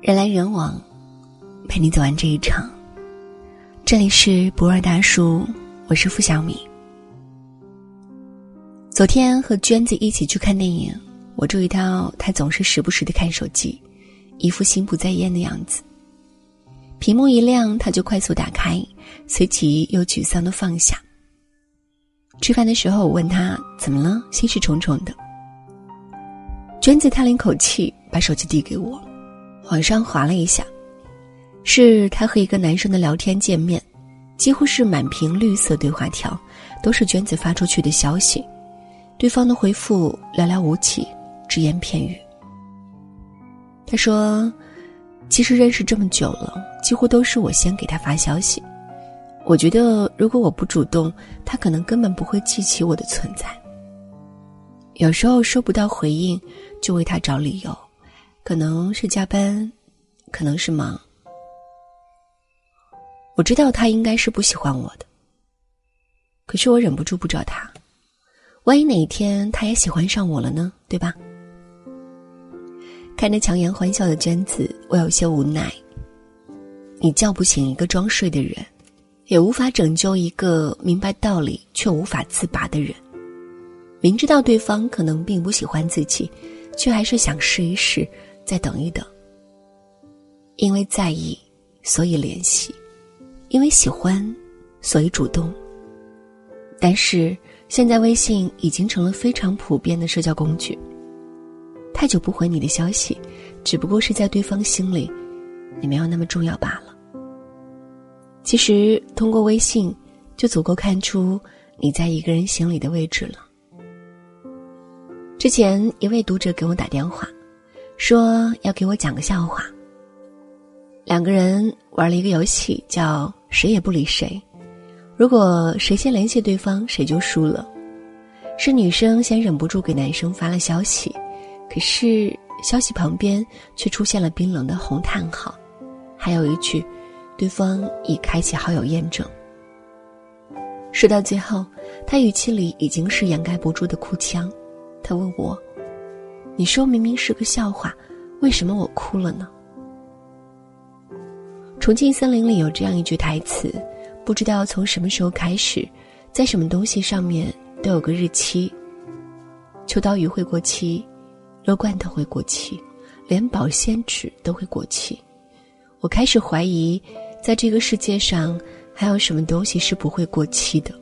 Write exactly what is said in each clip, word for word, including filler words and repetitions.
人来人往，陪你走完这一场。这里是不二大叔，我是付小米。昨天和娟子一起去看电影，我注意到她总是时不时地看手机，一副心不在焉的样子。屏幕一亮，她就快速打开，随即又沮丧地放下。吃饭的时候我问她怎么了，心事重重的。娟子叹了一口气，把手机递给我，往上滑了一下，是她和一个男生的聊天界面，几乎是满屏绿色对话条，都是娟子发出去的消息，对方的回复寥寥无几，只言片语。他说其实认识这么久了，几乎都是我先给他发消息，我觉得如果我不主动，他可能根本不会记起我的存在。有时候收不到回应，就为他找理由，可能是加班，可能是忙。我知道他应该是不喜欢我的，可是我忍不住不找他，万一哪一天他也喜欢上我了呢，对吧？看着强颜欢笑的娟子，我有些无奈。你叫不醒一个装睡的人，也无法拯救一个明白道理却无法自拔的人。明知道对方可能并不喜欢自己，却还是想试一试，再等一等。因为在意，所以联系；因为喜欢，所以主动。但是现在微信已经成了非常普遍的社交工具，太久不回你的消息，只不过是在对方心里，你没有那么重要罢了。其实通过微信，就足够看出你在一个人心里的位置了。之前一位读者给我打电话，说要给我讲个笑话。两个人玩了一个游戏，叫谁也不理谁，如果谁先联系对方，谁就输了。是女生先忍不住给男生发了消息，可是消息旁边却出现了冰冷的红叹号，还有一句对方已开启好友验证。说到最后，他语气里已经是掩盖不住的哭腔。他问我，你说明明是个笑话，为什么我哭了呢？重庆森林里有这样一句台词，不知道从什么时候开始，在什么东西上面都有个日期。秋刀鱼会过期，肉罐头会过期，连保鲜纸都会过期。我开始怀疑，在这个世界上还有什么东西是不会过期的。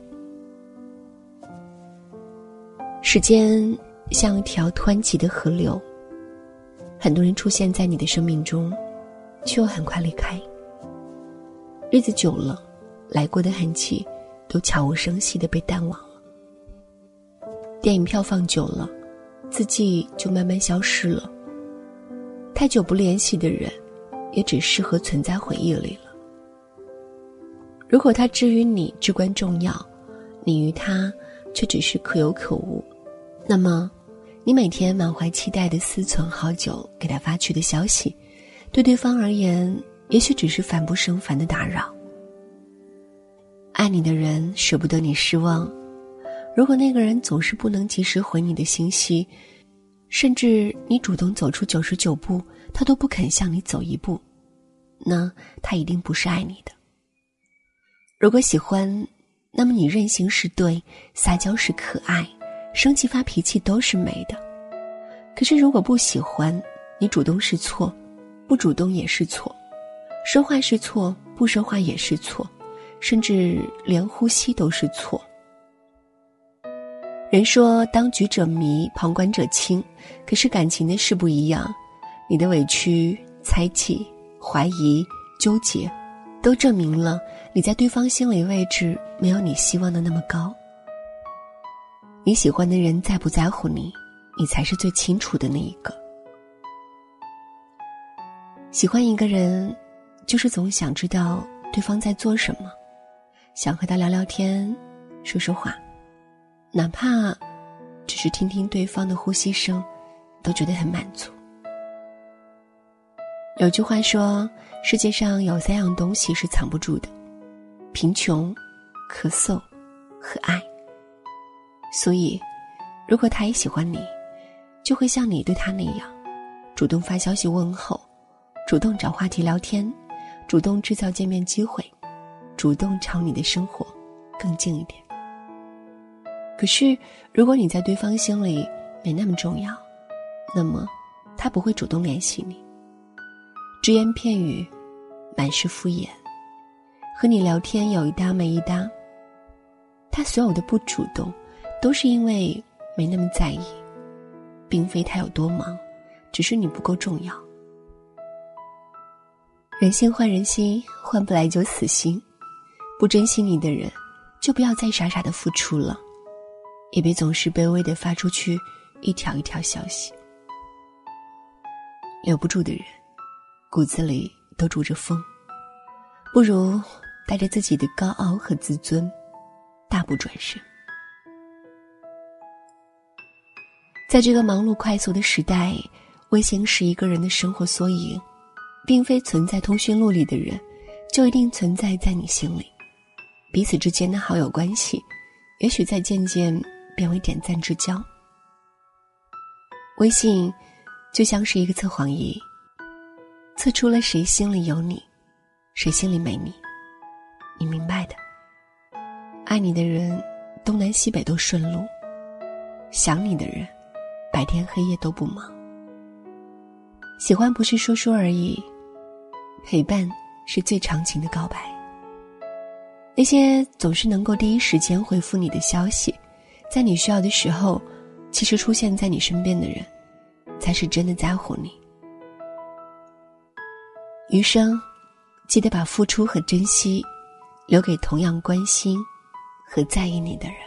时间像一条湍急的河流，很多人出现在你的生命中，却又很快离开。日子久了，来过的痕迹都悄无声息地被淡忘了。电影票放久了，字迹就慢慢消失了。太久不联系的人，也只适合存在回忆里了。如果他之于你至关重要，你于他却只是可有可无，那么你每天满怀期待的思忖好久给他发去的消息，对对方而言也许只是烦不胜烦的打扰。爱你的人舍不得你失望，如果那个人总是不能及时回你的信息，甚至你主动走出九十九步，他都不肯向你走一步，那他一定不是爱你的。如果喜欢，那么你任性是对，撒娇是可爱，生气发脾气都是美的。可是如果不喜欢，你主动是错，不主动也是错，说话是错，不说话也是错，甚至连呼吸都是错。人说当局者迷，旁观者清，可是感情的事不一样，你的委屈、猜忌、怀疑、纠结，都证明了你在对方心里位置没有你希望的那么高。你喜欢的人在不在乎你，你才是最清楚的那一个。喜欢一个人，就是总想知道对方在做什么，想和他聊聊天，说说话，哪怕只是听听对方的呼吸声，都觉得很满足。有句话说，世界上有三样东西是藏不住的：贫穷、咳嗽和爱。所以如果他也喜欢你，就会像你对他那样，主动发消息问候， 主动找话题聊天，主动制造见面机会，主动朝你的生活更近一点。可是如果你在对方心里没那么重要，那么他不会主动联系你，只言片语，满是敷衍，和你聊天有一搭没一搭。他所有的不主动都是因为没那么在意，并非他有多忙，只是你不够重要。人心换人心，换不来就死心。不珍惜你的人，就不要再傻傻的付出了，也别总是卑微的发出去一条一条消息。留不住的人，骨子里都住着风，不如带着自己的高傲和自尊，大步转身。在这个忙碌快速的时代，微信是一个人的生活缩影，并非存在通讯录里的人就一定存在在你心里。彼此之间的好友关系也许在渐渐变为点赞之交。微信就像是一个测谎仪，测出了谁心里有你，谁心里没你，你明白的。爱你的人东南西北都顺路，想你的人白天黑夜都不忙。喜欢不是说说而已，陪伴是最长情的告白。那些总是能够第一时间回复你的消息，在你需要的时候其实出现在你身边的人，才是真的在乎你。余生记得把付出和珍惜留给同样关心和在意你的人。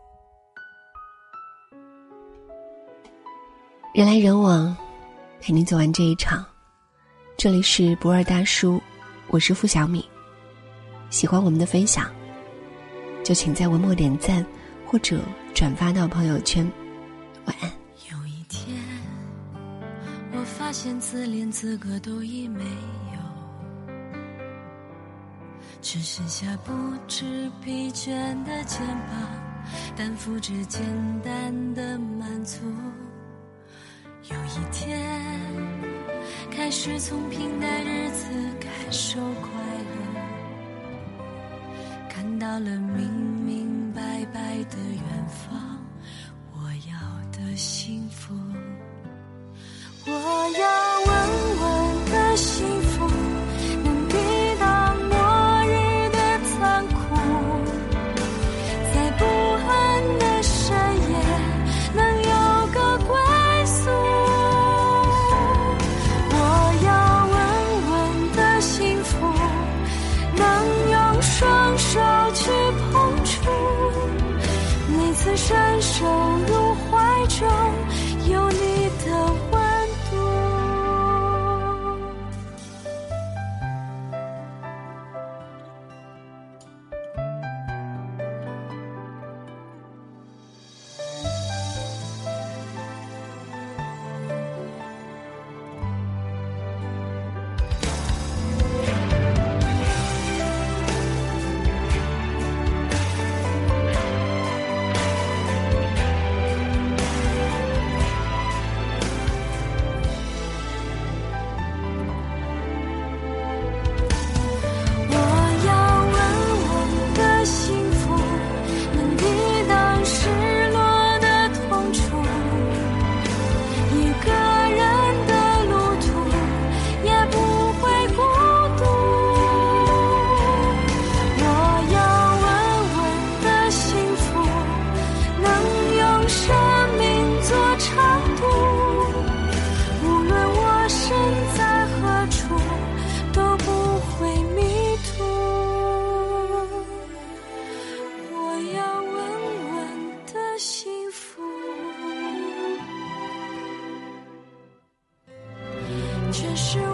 人来人往，陪你走完这一场。这里是不二大叔，我是付小米。喜欢我们的分享，就请在文末点赞或者转发到朋友圈。晚安。 有一天，我发现自怜资格都已没有，只剩下不知疲倦的肩膀，担负着简单的满足。有一天，开始从平淡日子感受快乐，看到了明明白白的远方，我要的幸福。我要稳稳的幸福，能抵挡末日的残酷，在不安的深夜能有个归宿。我要稳稳的幸福，能用双手去碰触，每次伸手入怀中有你的温度。却是